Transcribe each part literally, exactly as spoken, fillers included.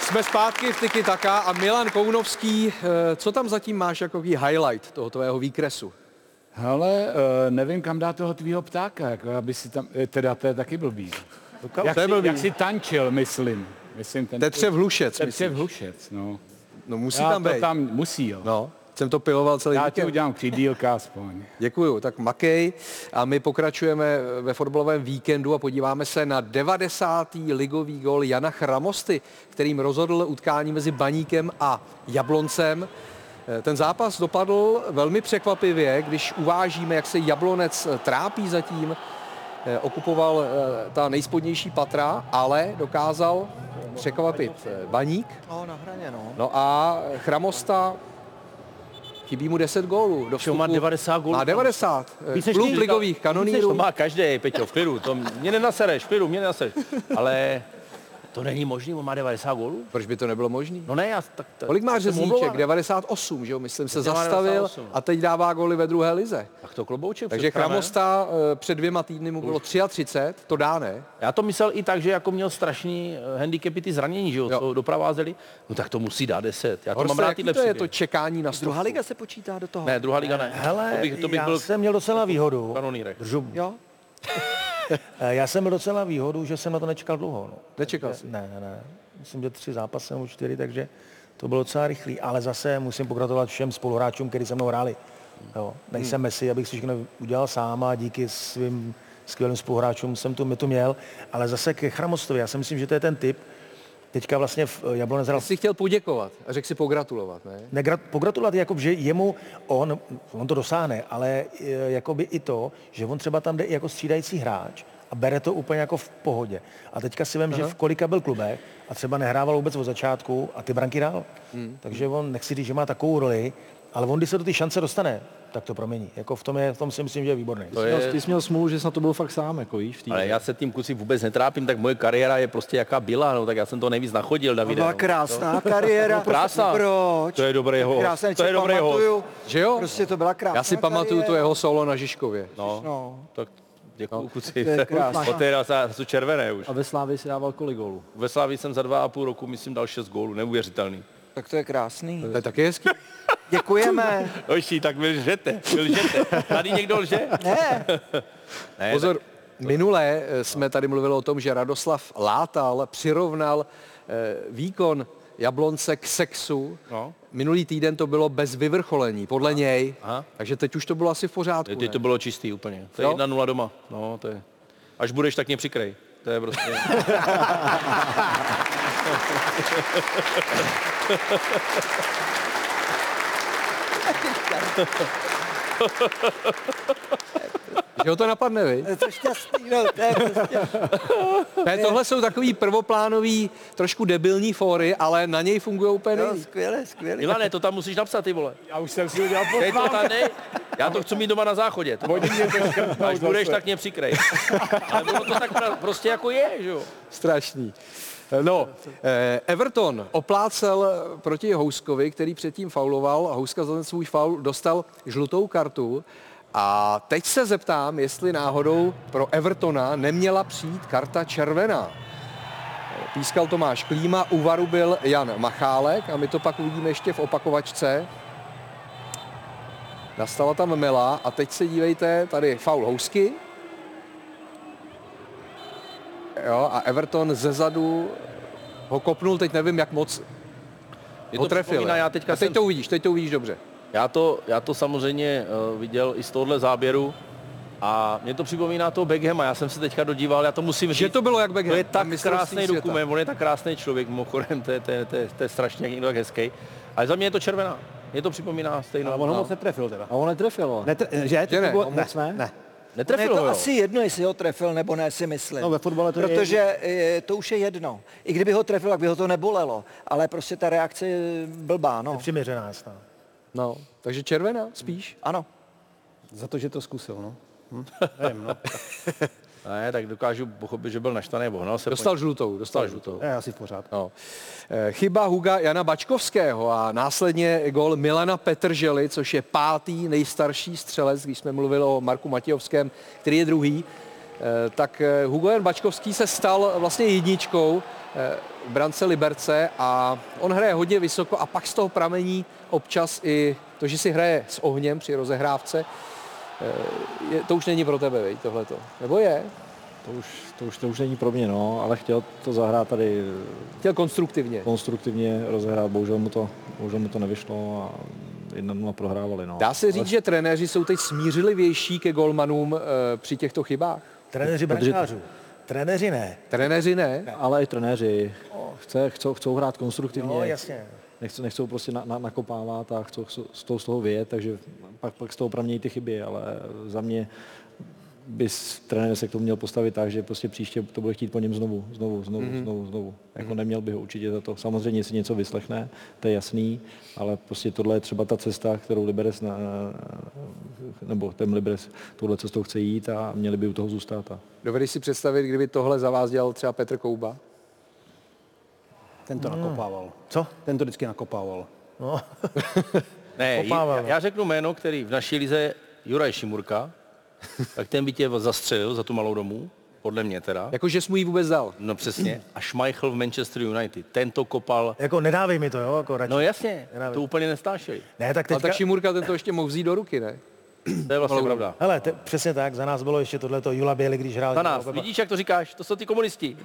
Jsme zpátky v Tiki Taka a Milan Kounovský, co tam zatím máš jako highlight toho tvého výkresu? Hele, nevím, kam dát toho tvýho ptáka, jako aby si tam, teda to je taky blbý. Jak, to je si, blbý. jak si tančil, myslím. myslím ten Tetřev Hlušec, Tetřev Hlušec, no. No musí Já tam to být. tam musí, jo. No, jsem to piloval celý Já víkend. ti udělám křídílka aspoň. Děkuju, tak makej. A my pokračujeme ve fotbalovém víkendu a podíváme se na devadesátý ligový gól Jana Chramosty, kterým rozhodl utkání mezi Baníkem a Jabloncem. Ten zápas dopadl velmi překvapivě, když uvážíme, jak se Jablonec trápí zatím. Okupoval ta nejspodnější patra, ale dokázal překvapit Baník. No, na hraně, no. No a Chramosta, chybí mu deset gólů. Do vstupu. Má devadesát gólů. Má devadesát. Víc než Klub ty. ligových kanonýrů. To má každý, Peťo, v klidu. To mě nenasereš, v klidu, mě nenasereš. Ale to není možný, on má devadesát gólů. Proč by to nebylo možné? No ne, já tak... tak Kolik má jsem Řezníček? omlouvaný. devadesát osm, že jo? Myslím, se devadesát zastavil osm. a teď dává góly ve druhé lize. Tak to klobouček. Takže před Kramem. Chramosta eh, před dvěma týdny mu bylo třicet tři, to dá, ne? Já to myslel i tak, že jako měl strašný eh, handicapy ty zranění, že jo, Jo. co doprovázeli. No tak to musí dát deset. Já to Horste, mám rád jaký tyhle to je příběhy. to čekání na Druhá stovku? liga se počítá do toho. Ne, druhá liga ne. Hele, to bych, to bych já byl jsem měl docela výhodu. v kanonýrech. Držu, Jo? Eh, já jsem měl docela výhodu, že jsem na to nečekal dlouho. No. Nečekal jsi? Ne, ne, ne. Myslím, že tři zápasy nebo čtyři, takže to bylo docela rychlý. Ale zase musím pogratulovat všem spoluhráčům, kteří se mnou hráli. Jo, nejsem Messi, abych si všechno udělal sám a díky svým skvělým spoluhráčům jsem tu, tu měl. Ale zase ke Chramostovi, já si myslím, že to je ten typ. Teďka vlastně v Jablonec hrál. Jsi chtěl poděkovat a řekl si pogratulovat, ne? Negra- pogratulovat, jako, že jemu, on, on to dosáhne, ale e, jakoby i to, že on třeba tam jde i jako střídající hráč a bere to úplně jako v pohodě. A teďka si vím, že v kolika byl klubech a třeba nehrával vůbec od začátku a ty branky dál. Hmm. Takže on, nechci říct, že má takovou roli, ale on, když se do ty šance dostane, tak to promění. Jako v tom, je, v tom si myslím, že je výborný. To je... Ty jsi měl smůlu, že jsi na to byl fakt sám, jako víš, v té. Ale já se tím kluci vůbec netrápím, tak moje kariéra je prostě jaká byla, no tak já jsem to nejvíc nachodil, To Davide. byla no. krásná kariéra. Krása. Proč? To je dobrý host. Krásně, To je si dobrý pamatuju. Že jo? Prostě to byla krásná Já si pamatuju to kariéra. jeho solo na Žižkově. No, No. tak děkuju, No. no, kluci. To je krásné. Od té jsou červené už. A ve Slávii si dával kolik gólů? Ve Slávii jsem za dva a půl roku, myslím, dal šest gólů, neuvěřitelný. Tak to je krásný. To je taky hezký. Děkujeme. Oši, tak vy lžete, vy lžete. Tady někdo lže? Ne. Ne, Pozor, minule eh, jsme tady mluvili o tom, že Radoslav Látal přirovnal eh, výkon Jablonce k sexu. No. Minulý týden to bylo bez vyvrcholení, podle něj. Aha. Takže teď už to bylo asi v pořádku. Teď to ne? bylo čistý úplně. To je Jo? jedna nula doma. No, to je. Až budeš, tak mě přikrej. To je prostě... Že ho to napadne, vy? To je šťastný, no, to je prostě... Ne, tohle jsou takový prvoplánový, trošku debilní fóry, ale na něj fungují úplně No, nejlíp. skvěle, skvěle. Milane, to tam musíš napsat, ty vole. Já už jsem si udělal Teď to tam nej. Já to chci mít doma na záchodě. To... Až budeš, tak mě přikrej. Ale ono to tak pra- prostě jako je, že jo. Strašný. No, eh, Everton oplácel proti Houskovi, který předtím fauloval a Houska za ten svůj faul dostal žlutou kartu. A teď se zeptám, jestli náhodou pro Evertona neměla přijít karta červená. Pískal Tomáš Klíma, u varu byl Jan Machálek a my to pak uvidíme ještě v opakovačce. Nastala tam mela a teď se dívejte, tady faul Housky. Jo, a Everton zezadu ho kopnul, teď nevím, jak moc Mě ho to trefil. připomíná, já teďka a teď jsem... to uvidíš, teď to uvidíš dobře. Já to, já to samozřejmě uh, viděl i z tohohle záběru a mě to připomíná toho Beckhama. Já jsem se teďka dodíval, já to musím říct. Že to bylo jak Beckham. To je na tak mistrovství krásný světa. dokument, on je tak krásný člověk, mimochodem, to je, to je, to je, to je strašně jak někdo tak hezký. Ale za mě je to červená. Mě to připomíná stejnou. Ale on ho no. moc netrefil teda. A on netrefil. Netr- že? Že ne? Bylo- On moc ne? ne. Je Netrefil to ho, jo. asi jedno, jestli ho trefil nebo ne, si myslím. No, ve fotbale to je Protože je, to už je jedno. I kdyby ho trefil, tak by ho to nebolelo. Ale prostě ta reakce je blbá, no. Přiměřená snad. No, takže červená spíš. Ano. za to, že to zkusil, no. Hm? Nevím, no. Ne, tak dokážu pochopit, že byl naštvaný, bohnal se. Dostal žlutou, dostal žlutou. Je asi v pořádku. No. Eh, Chyba Huga Jana Bačkovského a následně gól Milana Petržely, což je pátý nejstarší střelec, když jsme mluvili o Marku Matějovském, který je druhý. tak Hugo Jan Bačkovský se stal vlastně jedničkou v brance Liberce a on hraje hodně vysoko a pak z toho pramení občas i to, že si hraje s ohněm při rozehrávce. Je, to už není pro tebe, veď, tohleto. Nebo je? To už, to, už, to už není pro mě, no, ale chtěl to zahrát tady... Chtěl konstruktivně. Konstruktivně rozehrát, bohužel mu to, bohužel mu to nevyšlo a jedna nula prohrávali, no. Dá se říct, ale... že trenéři jsou teď smířlivější ke golmanům e, při těchto chybách? Trenéři brankářů. Trenéři ne. Trenéři ne? ne. Ale i trenéři chce, chcou, chcou hrát konstruktivně. No, jasně. Nechcou, nechcou prostě na, na, nakopávat a chcou z toho, z toho vyjet, takže pak, pak z toho pramějí ty chyby, ale za mě by trenér se k tomu měl postavit tak, že prostě příště to bude chtít po něm znovu, znovu, znovu, mm-hmm. znovu, znovu. Jako mm-hmm. neměl by ho určitě za to. Samozřejmě si něco vyslechne, to je jasný, ale prostě tohle je třeba ta cesta, kterou Liberec, na, nebo ten Liberec touhle cestou chce jít a měli by u toho zůstat. A... Dovedeš si představit, kdyby tohle za vás dělal třeba Petr Kouba? Ten to hmm. nakopával. Co? Ten to vždycky nakopával. No. Ne, já, já řeknu jméno, který v naší lize je Juraj Šimurka, tak ten by tě zastřelil za tu malou domu, podle mě teda. Jako, že jsi mu ji vůbec dal. No přesně. A Schmeichel v Manchester United. Ten to kopal. Jako nedávej mi to, jo? Jako radši. No jasně, nedávej. to úplně nestášeli. Ne, tak teďka... Ale tak Šimurka ten to ještě mohl vzít do ruky, ne? To je vlastně pravda. Hele, te, přesně tak, za nás bylo ještě tohleto Jula Běli, když hrál. Za nás, Pepa. Vidíš, jak to říkáš? To jsou ty komunisti.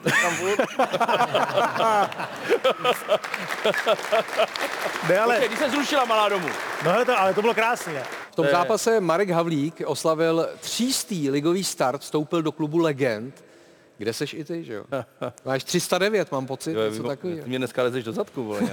ne, ale... Počkej, když se zrušila malá domu. No hele, to, ale to bylo krásně. V tom zápase Marek Havlík oslavil třístý ligový start, vstoupil do klubu legend. Kde seš i ty, že jo? Máš tři sta devět, mám pocit, jo, něco takového. Ty mě dneska lezeš do zadku, vole.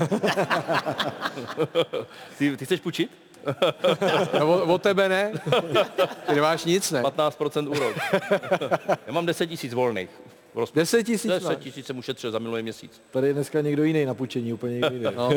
ty, ty chceš půjčit? No, o, o tebe ne. Ty nemáš nic, ne? patnáct procent úrok. Já mám deset tisíc volných. deset tisíc? deset tisíc jsem ušetřil za minulý měsíc. Tady je dneska někdo jiný na půjčení, úplně někdo jiný. No.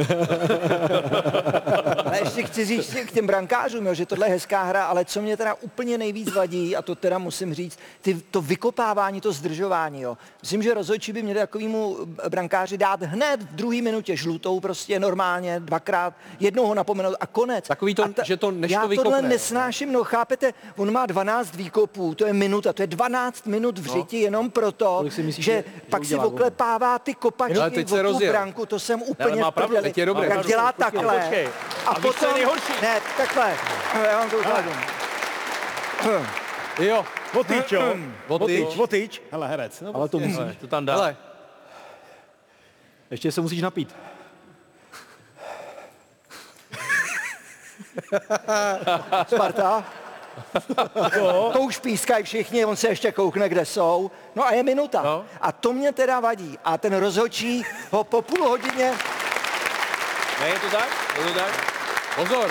Ale ještě chci říct k těm brankářům, jo, že tohle je hezká hra, ale co mě teda úplně nejvíc vadí, a to teda musím říct, ty, to vykopávání, to zdržování. Jo. Myslím, že rozhodčí by měli takovému brankáři dát hned v druhé minutě žlutou, prostě normálně, dvakrát, jednou ho napomenout a konec. Takový to, ta, že to než já to vykopne. Já tohle nesnáším, no chápete, on má dvanáct výkopů, to je minuta, to je dvanáct minut v řiti no. jenom proto, myslíš, že, že pak si oklepává ty kopačky v tu branku, to jsem úplně v prdeli. Jak dělá takhle. A, a potom, ne, takhle. Já vám to ukážu. Jo. Votyč, jo. Votyč. Votyč. Hele, herec. No, ale to musíš. To tam dá. Hele. Ještě se musíš napít. Sparta. To, to už pískají všichni, on se ještě koukne, kde jsou. No a je minuta. No. A to mě teda vadí. A ten rozhodčí ho po půl hodině... Ne, je to tak? Je to tak? Pozor.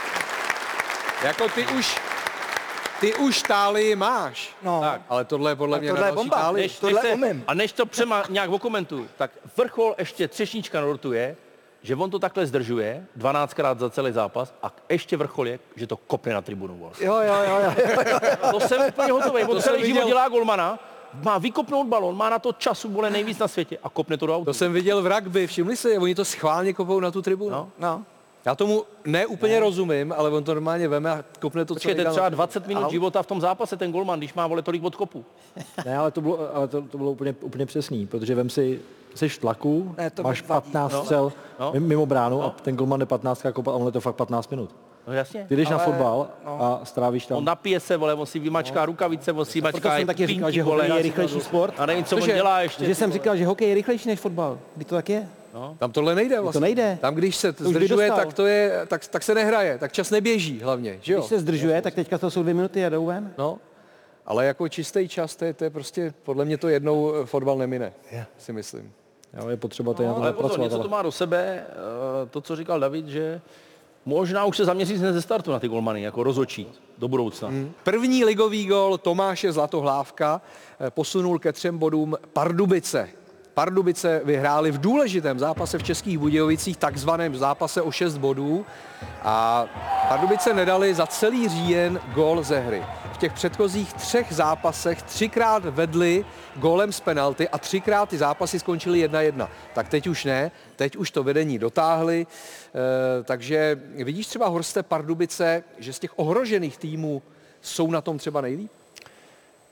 Jako ty už... Ty už tálii máš. No. Tak, ale tohle je podle a mě tohle na je bomba. tálii. Než, tohle než se, umím. a než to přema nějak okomentuju, tak vrchol ještě třešnička nortuje, že on to takhle zdržuje dvanáctkrát za celý zápas a ještě vrchol je, že to kopne na tribunu. Vol. Jo, jo, jo, jo, jo, jo. To jsem úplně hotový. On celý viděl... život dělá golmana, má vykopnout balon, má na to času, vole, nejvíc na světě a kopne to do autu. To jsem viděl v rugby, všimli si, oni to schválně kopou na tu tribunu. No, no. Já tomu ne úplně no. rozumím, ale on to normálně veme a kopne to, Počkejte, co třeba dvacet minut Aho. života v tom zápase, ten golman, když má, vole, tolik odkopů. Ne, ale to bylo, ale to, to bylo úplně, úplně přesný, protože vem si, jsi v tlaku, ne, máš patnáct no. střel no. mimo bránu no. a ten golman je patnáct kopat a on je to fakt patnáct minut. No jasně. Ty jdeš ale, na fotbal no. a strávíš tam. On napije se, vole, on si vymačká no. rukavice, on si vymačká jsem taky říkal, že hokej je rychlejší sport. A nevím, co on dělá ještě. Že jsem říkal, že hokej je rychlejší než fotbal. Kdy to tak je? No. Tam tohle nejde vlastně. To nejde. Tam, když se zdržuje, tak, to je, tak, tak se nehraje, tak čas neběží hlavně, že jo? Když se zdržuje, tak teďka to jsou dvě minuty a jdou ven. No, ale jako čistý čas, to je, to je prostě, podle mě to jednou fotbal nemine, yeah. si myslím. Jo, je potřeba to no, ale pozor, něco to má do sebe, to, co říkal David, že možná už se za měsíc nezestartu na ty golmany, jako rozhodčí do budoucna. Hmm. První ligový gól Tomáše Zlatohlávka posunul ke třem bodům Pardubice. Pardubice vyhráli v důležitém zápase v Českých Budějovicích, takzvaném zápase o šest bodů. A Pardubice nedali za celý říjen gól ze hry. V těch předchozích třech zápasech třikrát vedli gólem z penalty a třikrát ty zápasy skončily jedna jedna. Tak teď už ne, teď už to vedení dotáhli. E, takže vidíš třeba, Horste, Pardubice, že z těch ohrožených týmů jsou na tom třeba nejlíp?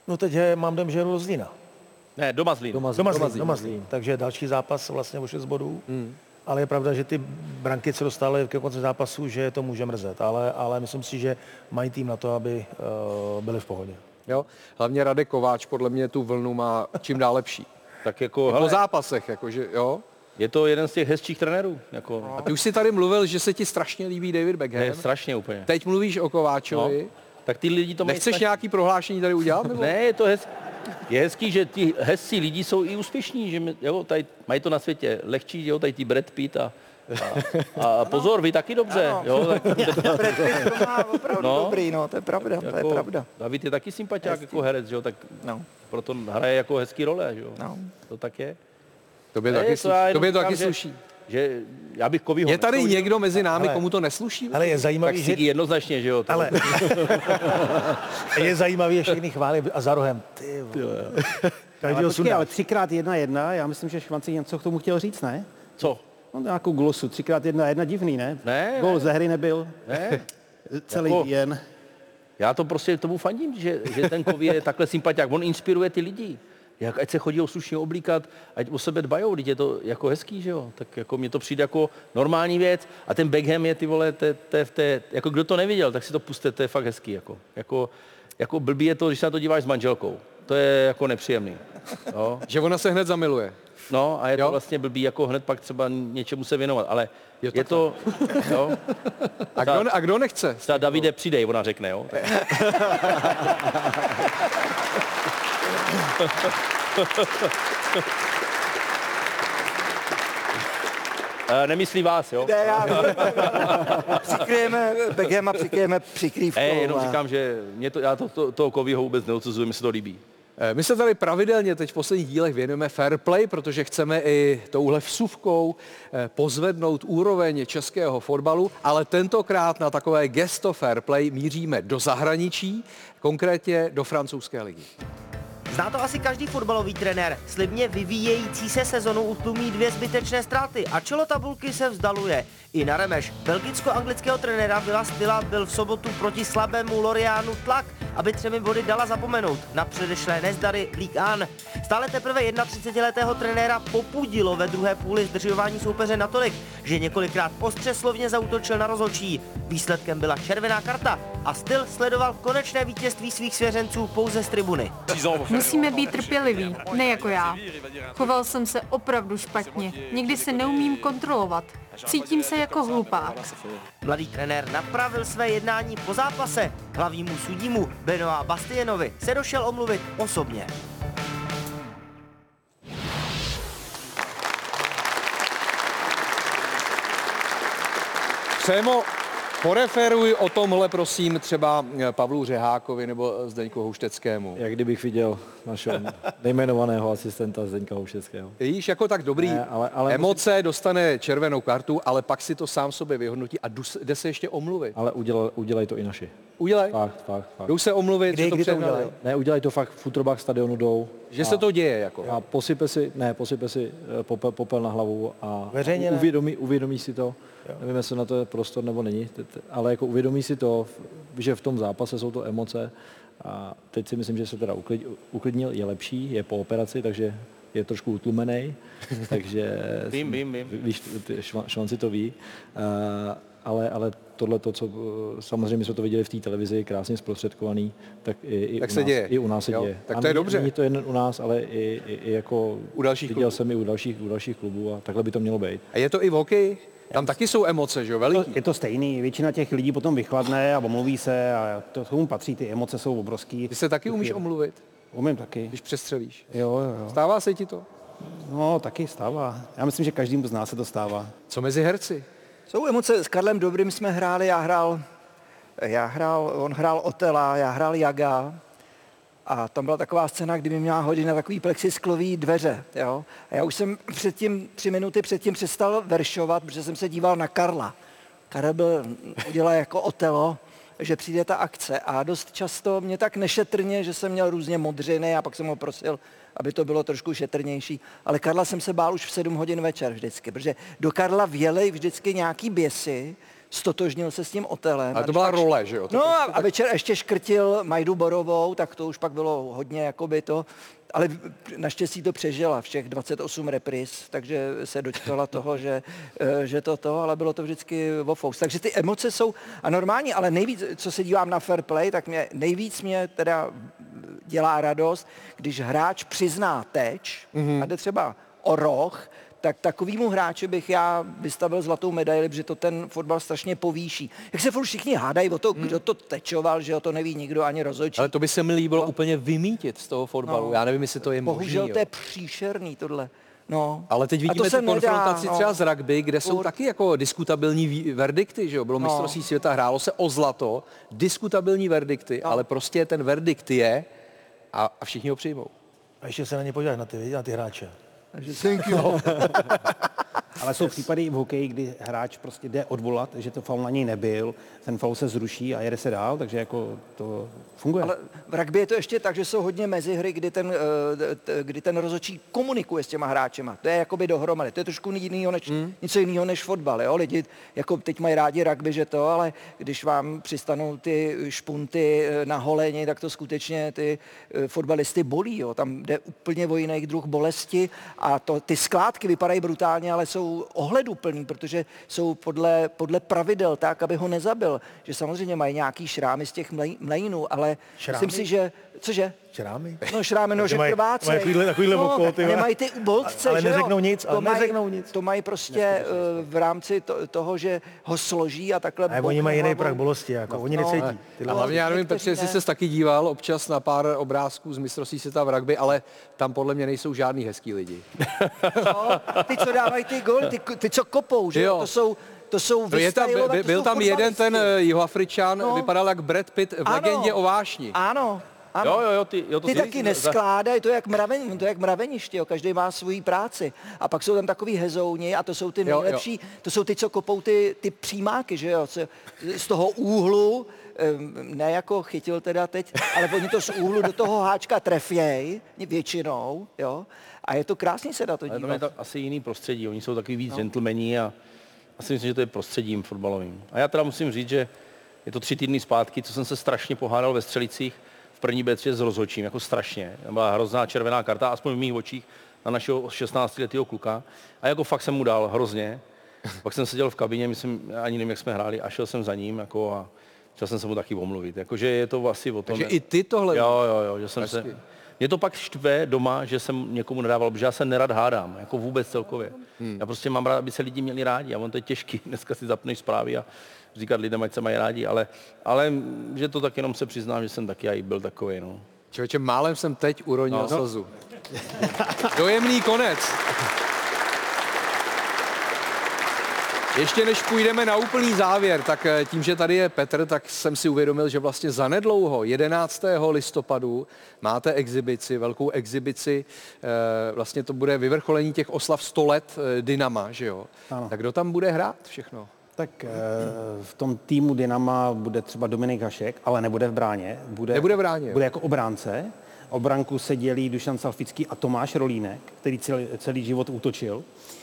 No teď je, mám dojem, že jdu do Zlína. Ne, doma Zlín. Doma, doma, Zlín, doma Zlín. Takže další zápas vlastně o šest bodů. Hmm. Ale je pravda, že ty branky, co dostali ke konci zápasu, že to může mrzet. Ale, ale myslím si, že mají tým na to, aby uh, byli v pohodě. Jo? Hlavně Radek Kováč podle mě tu vlnu má čím dál lepší. Tak jako, po zápasech, jakože, jo? Je to jeden z těch hezčích trenérů. Jako... A ty už si tady mluvil, že se ti strašně líbí David Beckham. Ne, strašně úplně. Teď mluvíš o Kováčovi. No, tak ty lidi to mají... Nechceš strašně... nějaký prohlášení tady udělat? Nebo? Ne, je to hezký. Je hezký, že ti hezcí lidi jsou i úspěšní, že jo, tady mají to na světě lehčí, jo, tady ty Brad Pitt a, a, a pozor, vy taky dobře, jo. Tak, Brad Pitt to má opravdu no, dobrý, no, to je pravda, jako, to je pravda. David je taky sympatiák jako herec, jo, tak no. proto hraje jako hezký role, jo. No. To tak je. Tobě Ne, taky, to sluší. Tobě to taky že, sluší. Že já bych Kovyho... Je tady nesoudil. někdo mezi námi, Ale- komu to nesluší? Ale je Tak zajímavý, že... Sigi jednoznačně, že jo. To... Ale je zajímavý, že všechny chválí a za rohem. Ty vole. Ale, Každýho počkej, ale sundáš. třikrát jedna jedna, já myslím, že Švanci něco k tomu chtěl říct, ne? Co? No nějakou glosu, třikrát jedna jedna divný, ne? Ne, Gol ne. ze hry nebyl, Ne? celý Jako- jen. Já to prostě tomu fandím, že, že ten Kovy je takhle sympatiák. On inspiruje ty lidi. Jak, ať se chodí slušně oblíkat, ať o sebe dbajou, teď je to jako hezký, že jo? Tak jako mně to přijde jako normální věc. A ten Beckham je, ty vole, te, te, te, jako kdo to neviděl, tak si to puste, to je fakt hezký. Jako, jako, jako blbý je to, když se na to díváš s manželkou. To je jako nepříjemný. Jo? Že ona se hned zamiluje. No a je Jo? to vlastně blbý, jako hned pak třeba něčemu se věnovat. Ale Jo, je to, jo? A kdo, a kdo nechce? Třeba Davide, přidej, ona řekne, jo? Eh, Nemyslí vás, jo? Ne, já přikryjeme Beckhama, přikryjeme přikrývkou. Ne, jenom a- říkám, že mě to, já to, to, toho Kovyho vůbec neodsuzuji, mi se to líbí. Eh, My se tady pravidelně teď v posledních dílech věnujeme fair play, protože chceme i touhle vsuvkou eh, pozvednout úroveň českého fotbalu, ale tentokrát na takové gesto fair play míříme do zahraničí, konkrétně do francouzské ligy. Zná to asi každý fotbalový trenér. Slibně vyvíjející se sezonu utlumí dvě zbytečné ztráty a čelo tabulky se vzdaluje. I na remeš belgicko-anglického trenéra Vila Styla byl v sobotu proti slabému Lorianu tlak, aby třemi body dala zapomenout na předešlé nezdary Ligue jedna. Stále teprve třicetiletého trenéra popudilo ve druhé půli zdržování soupeře natolik, že několikrát ostře slovně zaútočil na rozhodčí. Výsledkem byla červená karta a Styl sledoval konečné vítězství svých svěřenců pouze z tribuny. Musíme být trpěliví, ne jako já. Choval jsem se opravdu špatně. Někdy se neumím kontrolovat. Cítím se jako hlupák. Mladý trenér napravil své jednání po zápase. Hlavnímu sudímu Benoît Bastienovi se došel omluvit osobně. Přemo, poreferuj o tomhle, prosím, třeba Pavlu Řehákovi nebo Zdeňku Houšteckému. Jak kdybych viděl našeho nejmenovaného asistenta Zdeňka Houšteckého. Víš, jako tak dobrý Ne, ale- ale emoce, musím... dostane červenou kartu, ale pak si to sám sobě vyhodnotí a jdu, jde se ještě omluvit. Ale udělal, udělají to i naši. Udělej. Fakt, fakt, fakt. Jdou se omluvit, Kdy- že to kdy to přehnali. udělají? Ne, udělají to fakt v futrobách stadionu jdou. Že a, se to děje, jako. A posype si, ne, posype si eh, popel, popel na hlavu a Veřejně ne? uvědomí, uvědomí si to. Jo. Nevím, jestli na to je prostor nebo není, te- te- ale jako uvědomí si to, že v tom zápase jsou to emoce a teď si myslím, že se teda uklid, uklidnil, je lepší, je po operaci, takže je trošku utlumený, takže Vím, vím, vím. Víš, ty šva- Švanci to ví, uh, ale, ale tohle to, co uh, samozřejmě jsme to viděli v té televizi, je krásně zprostředkovaný, tak i, i, Tak u, se nás, děje. i u nás se Jo, děje. tak A to je není- dobře. Není to jen u nás, ale i, i, i jako U dalších viděl klubů. jsem i u dalších, u dalších klubů a takhle by to mělo být. A je to i v hokeji? Tam taky jsou emoce, že jo, veliký. Je to stejný, většina těch lidí potom vychladne a omluví se a to tomu patří, ty emoce jsou obrovský. Ty se taky umíš omluvit, Umím taky. když přestřelíš. Jo, jo, jo. Stává se ti to? No, taky stává. Já myslím, že každému z nás se to stává. Co mezi herci? Jsou emoce, s Karlem Dobrým jsme hráli, já hrál, já hrál, on hrál Otela, já hrál Jaga a tam byla taková scéna, kdy mi měla hodit na takový plexisklový dveře, jo. A já už jsem předtím, tři minuty předtím přestal veršovat, protože jsem se díval na Karla. Karel byl, udělal jako Otelo, že přijde ta akce a dost často mě tak nešetrně, že jsem měl různě modřiny a pak jsem ho prosil, aby to bylo trošku šetrnější. Ale Karla jsem se bál už v sedm hodin večer vždycky, protože do Karla vjeli vždycky nějaký běsy, stotožnil se s tím Otelem. Ale to byla role, že jo? No a, a večer ještě škrtil Majdu Borovou, tak to už pak bylo hodně jakoby to, ale naštěstí to přežila všech dvacet osm repris, takže se dočkala toho, že, že to to, ale bylo to vždycky vofous. Takže ty emoce jsou a normální, ale nejvíc, co se dívám na fair play, tak mě nejvíc mě teda dělá radost, když hráč přizná teč mm-hmm. a jde třeba o roh, tak takovýmu hráči bych já vystavil zlatou medaili, protože to ten fotbal strašně povýší. Jak se furt všichni hádají o to, hmm. kdo to tečoval, že jo, to neví nikdo ani rozhodčí. Ale to by se mi líbilo no. úplně vymítit z toho fotbalu. No. Já nevím, jestli to je možné. Bohužel to je příšerný tohle. No. Ale teď vidíme tu konfrontaci nedá, třeba no. z rugby, kde jsou Ur... taky jako diskutabilní verdikty, že jo? Bylo no. mistrovství světa, hrálo se o zlato, diskutabilní verdikty, no. ale prostě ten verdikt je a, a všichni ho přijmou. A ještě se na ně podíváš, na ty, na ty hráče. Takže thank you. Ale jsou případy v hokeji, kdy hráč prostě jde odvolat, že to faul na něj nebyl, ten faul se zruší a jede se dál, takže jako to funguje. Ale v rugby je to ještě tak, že jsou hodně mezihry, kdy ten, kdy ten rozhodčí komunikuje s těma hráčema. To je jakoby dohromady. To je trošku jinýho než, mm. něco jiného než fotbal. Jo? Lidi jako teď mají rádi rugby, že to, ale když vám přistanou ty špunty na holeni, tak to skutečně ty fotbalisty bolí. Jo? Tam jde úplně o jiný druh bolesti a to, ty skládky vypadají brutálně, ale jsou ohleduplný, protože jsou podle, podle pravidel tak, aby ho nezabil. Že samozřejmě mají nějaký šrámy z těch mlej, mlejnů, ale šrámy? Myslím si, že... Cože? Šrámy? No šrámy, no, že krvácej. Mají takovýhle, takovýhle no, okolo, ty nemají ty boltce, ale že neřeknou nic, ale to mají, neřeknou nic. To mají prostě uh, v rámci to, toho, že ho složí a takhle... A oni mají jiný prach bolesti, jako, no, oni no, necítí. A hlavně, já nevím, Petře, jestli jsi taky díval občas na pár obrázků z mistrovství světa v rugby, ale tam podle mě nejsou žádný hezký lidi. No, ty, co dávají ty góly, ty, ty, co kopou, že jo, to jsou... To jsou je tam, by, byl tam jeden ten Jihoafričan, no. vypadal jak Brad Pitt v ano, Legendě o vášni. Ano. Ano. Jo, jo, jo, ty, jo, to ty taky neskládají, to je jak, mraven, to je jak mraveniště, jo, každý má svoji práci. A pak jsou tam takový hezouni a to jsou ty nejlepší, jo, jo. to jsou ty, co kopou ty, ty přímáky, že jo, co, z toho úhlu, ne jako chytil teda teď, ale oni to z úhlu do toho háčka trefěj, většinou, jo, a je to krásný se na to dívat. Ale to je to asi jiný prostředí, oni jsou takový víc no. gentlemani a asi myslím, že to je prostředím fotbalovým. A já teda musím říct, že je to tři týdny zpátky, co jsem se strašně pohádal ve Střelicích v první bé tři s rozhodčím, jako strašně. Byla hrozná červená karta, aspoň v mých očích, na našeho šestnáctiletého kluka. A jako fakt jsem mu dal hrozně. Pak jsem seděl v kabině, myslím, ani nevím, jak jsme hráli, a šel jsem za ním, jako a chtěl jsem se mu taky omluvit. Jakože je to asi o tom. Takže i ty tohle... Jo, jo, jo, že jsem Hezky. se... Mě to pak štve doma, že jsem někomu nedával, protože já se nerad hádám, jako vůbec celkově. Hmm. Já prostě mám rád, aby se lidi měli rádi a on to je těžký, dneska si zapneš zprávy a říkat lidem, ať se mají rádi, ale, ale že to tak jenom se přiznám, že jsem taky já byl takový, no. Člověče, málem jsem teď uronil no. slzu. Dojemný konec. Ještě než půjdeme na úplný závěr, tak tím, že tady je Petr, tak jsem si uvědomil, že vlastně zanedlouho, jedenáctého listopadu, máte exibici, velkou exibici, vlastně to bude vyvrcholení těch oslav sto let Dynama, že jo? Ano. Tak kdo tam bude hrát všechno? Tak v tom týmu Dynama bude třeba Dominik Hašek, ale nebude v bráně. Bude, nebude v bráně. Bude jako obránce. O branku se dělí Dušan Salfický a Tomáš Rolínek, který celý, celý život útočil.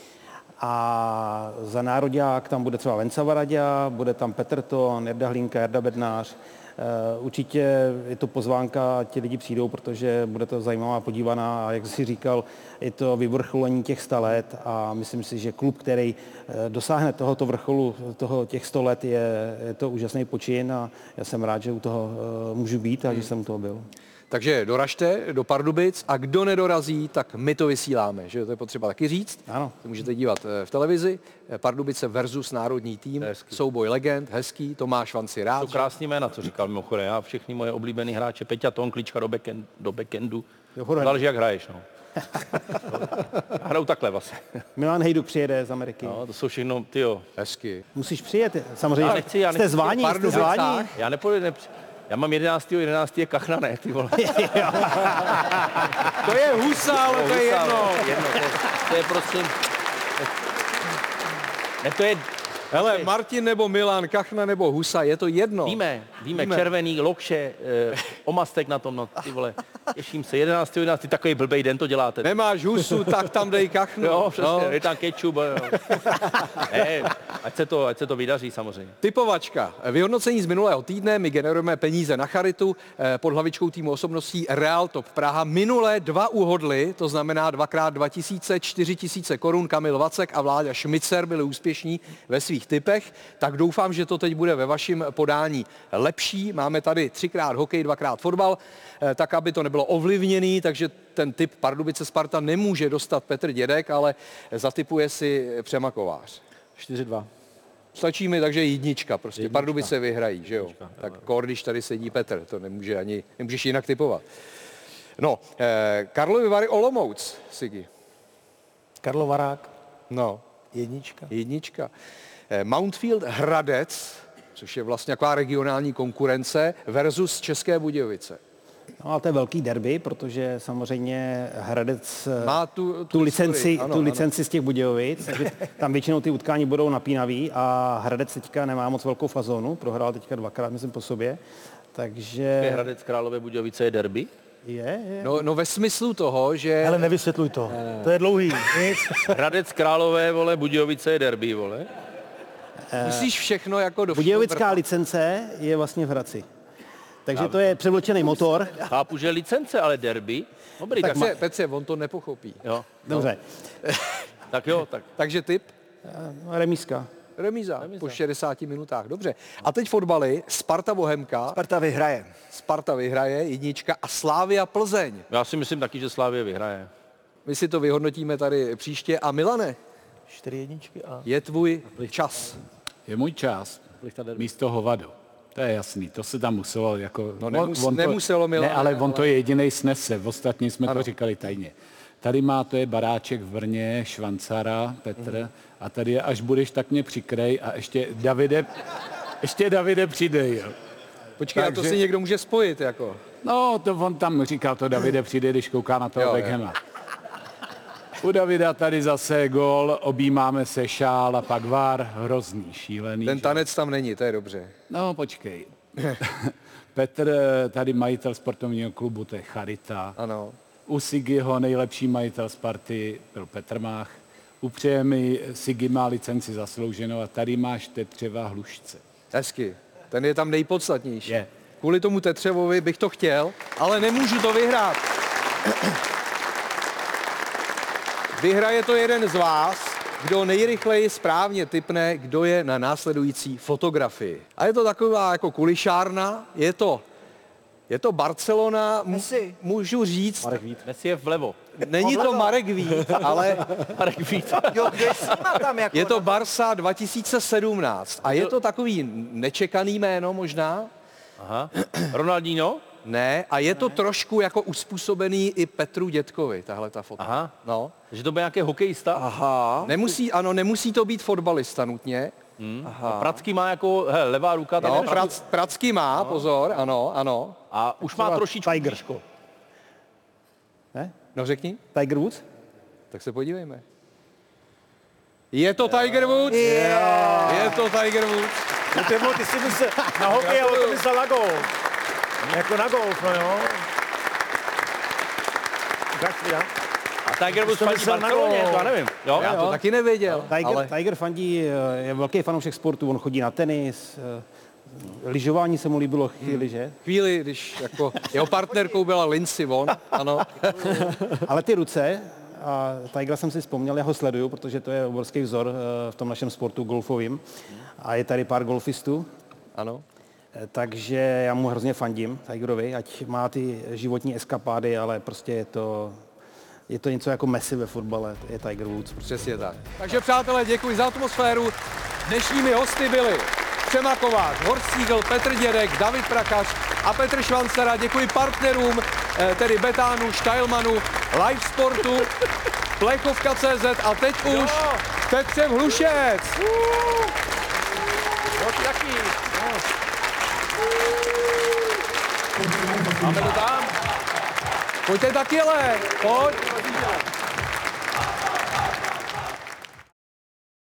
A za nároďák tam bude třeba Venca Varaďa, bude tam Petr Ton, Jarda Hlinka, Jarda Bednář. Určitě je to pozvánka, ti lidi přijdou, protože bude to zajímavá podívaná a jak jsi říkal, je to vyvrcholení těch sta let a myslím si, že klub, který dosáhne tohoto vrcholu, toho těch sto let, je, je to úžasný počin a já jsem rád, že u toho můžu být a že jsem u toho byl. Takže doražte do Pardubic a kdo nedorazí, tak my to vysíláme, že to je potřeba taky říct. Ano. To můžete dívat v televizi. Pardubice versus národní tým, souboj legend, hezký, Tomáš Vanci rád. To krásný jména, co říkal mimochodem. Já všechny moje oblíbený hráče, Peťa Ton, Klička do, backend, do backendu. Záleží, jak hraješ, no. A hraju takhle vlastně. Milan Hejduk přijede z Ameriky. No, to jsou všechno, tyjo. Hezky. Musíš přijet, samozřejmě. Já nechci, já nechci. Jste zváni, jste zváni. Já nepůjdu, nepři... Já mám jedenáctého jedenáctého je Kachna, ne, ty vole. To je Husa, ale to je jedno. jedno to, je, to je prostě... Ne, to je... Hele, Martin nebo Milan, Kachna nebo Husa, je to jedno. Víme, víme, víme. Červený, lokše, eh, omastek na tom, no, ty vole. Těším se, jedenáctého jedenáctého takový blbej den to děláte. Nemáš husu, tak tam dej kachnu. Jo, přesně, no. je tam kečup. ne, ať se, to, ať se to vydaří samozřejmě. Typovačka. Vyhodnocení z minulého týdne. My generujeme peníze na charitu pod hlavičkou týmu osobností Real Top Praha. Minulé dva uhodly, to znamená dvakrát dva tisíce, čtyři tisíce korun. Kamil Vacek a Vláďa Šmicer byli úspěšní ve svých typech. Tak doufám, že to teď bude ve vašem podání lepší. Máme tady třikrát hokej, dvakrát fotbal, tak aby to nebylo ovlivněný, takže ten typ Pardubice Sparta nemůže dostat Petr Dědek, ale zatipuje si Přema Kovář. čtyři dva. Stačí mi, takže jednička prostě. Jednička. Pardubice vyhrají, že jo? Jednička, tak kor, když tady sedí Petr, to nemůže ani, nemůžeš jinak typovat. No, eh, Karlovy Vary Olomouc, Sigi. Karlo Varák, No, jednička. jednička. Eh, Mountfield Hradec, což je vlastně taková regionální konkurence, versus České Budějovice. No, ale to je velký derby, protože samozřejmě Hradec Má tu, tu, tu licenci, historii, ano, tu ano. licenci z těch Budějovic, takže tam většinou ty utkání budou napínavý a Hradec teďka nemá moc velkou fazónu, prohrál teďka dvakrát, myslím, po sobě, takže... Hradec Králové Budějovice je derby? Je, je. No, no ve smyslu toho, že... Ale nevysvětluj to, to je dlouhý. Nic. Hradec Králové, vole, Budějovice je derby, vole. Musíš všechno jako do Budějovická licence je vlastně v Hradci. Takže to je převlečený motor. Chápu, že licence, ale derby. Dobrý, tak, Petře, Petře, on to nepochopí. jo. Dobře. Tak jo, tak. Takže typ? Remízka. Remíza, Remíza po šedesáti minutách, dobře. A teď fotbaly, Sparta Bohemka, Sparta vyhraje. Sparta vyhraje, jednička a Slavia Plzeň. Já si myslím taky, že Slavie vyhraje. My si to vyhodnotíme tady příště. A Milane, Čtyři jedničky a... je tvůj čas. Je můj čas. Místo hovado. To je jasný, to se tam muselo jako... No nemus, on, on to, nemuselo, Milane. Ne, ale on to je jedinej snese, v ostatní jsme ano. to říkali tajně. Tady má, to je baráček v Brně, Švancara, Petr, mm. a tady je, až budeš, tak mě přikrej a ještě Davide, ještě Davide přidej. Jo. Počkej, Takže, a to si někdo může spojit, jako. No, to on tam říkal, to Davide přijde, když kouká na toho Beckhama. U Davida tady zase gól, objímáme se šál a pak vár, hrozný, šílený. Ten že? tanec tam není, to je dobře. No, počkej. Petr, tady majitel sportovního klubu, to je Charita. Ano. U Sigiho nejlepší majitel Sparty byl Petr Mách. U Přejemi Sigi má licenci zaslouženou a tady máš Tetřeva Hlušce. Hezky. Ten je tam nejpodstatnější. Je. Kvůli tomu Tetřevovi bych to chtěl, ale nemůžu to vyhrát. Vyhraje to jeden z vás, kdo nejrychleji správně tipne, kdo je na následující fotografii. A je to taková jako kulišárna, je to, je to Barcelona, Messi. můžu říct, Marek Vít. Messi je vlevo. není to Marek Vít, ale Marek Vít. Jo, kdo je s nima tam jako... je to Barca dva tisíce sedmnáct a je to takový nečekaný jméno možná, Aha. Ronaldinho? ne, a je to trošku jako uspůsobený i Petru Dětkovi, tahle ta fotka. Aha. No. Že to byl nějaký hokejista? Aha. Nemusí, ano, nemusí to být fotbalista nutně. Hmm. Aha. Pracky má jako, he, levá ruka. No, trošku, prac, Pracky má, pozor, ano, ano. a už má trošičku Tiger. blížko. Ne? No řekni, Tiger Woods? tak se podívejme. Je to Tiger Woods? Yeah. Je to Tiger Woods. No ty, ty jsi myslel na hokej, ale to myslel na gol. Jako na golf, no jo. Tak, já. A Tiger Woods To fandí myslel na Barceloně, gol. to já nevím. Jo? Já to taky nevěděl, Tiger, ale Tiger fandí, je velký fanoušek sportu, on chodí na tenis, lyžování se mu líbilo chvíli, že? chvíli, když jako jeho partnerkou byla Lindsey Vonn, ano. Ale ty ruce, a Tigera jsem si vzpomněl, já ho sleduju, protože to je obrovský vzor v tom našem sportu golfovým. A je tady pár golfistů. Ano. Takže já mu hrozně fandím, Tigerovi, ať má ty životní eskapády, ale prostě je to, je to něco jako Messi ve fotbale, je Tiger Woods. Přesně tak. Takže přátelé, děkuji za atmosféru. Dnešními hosty byli Přema Kovář, Horst Siegel, Petr Dědek, David Prakař a Petr Švancara. Děkuji partnerům, tedy Betánu, Štajlmanu, Live Sportu, Plechovka tečka cé zet a teď už Petře Hlušec. No, ty taky. No. Máme to tam? Pojďte taky, ale pojď.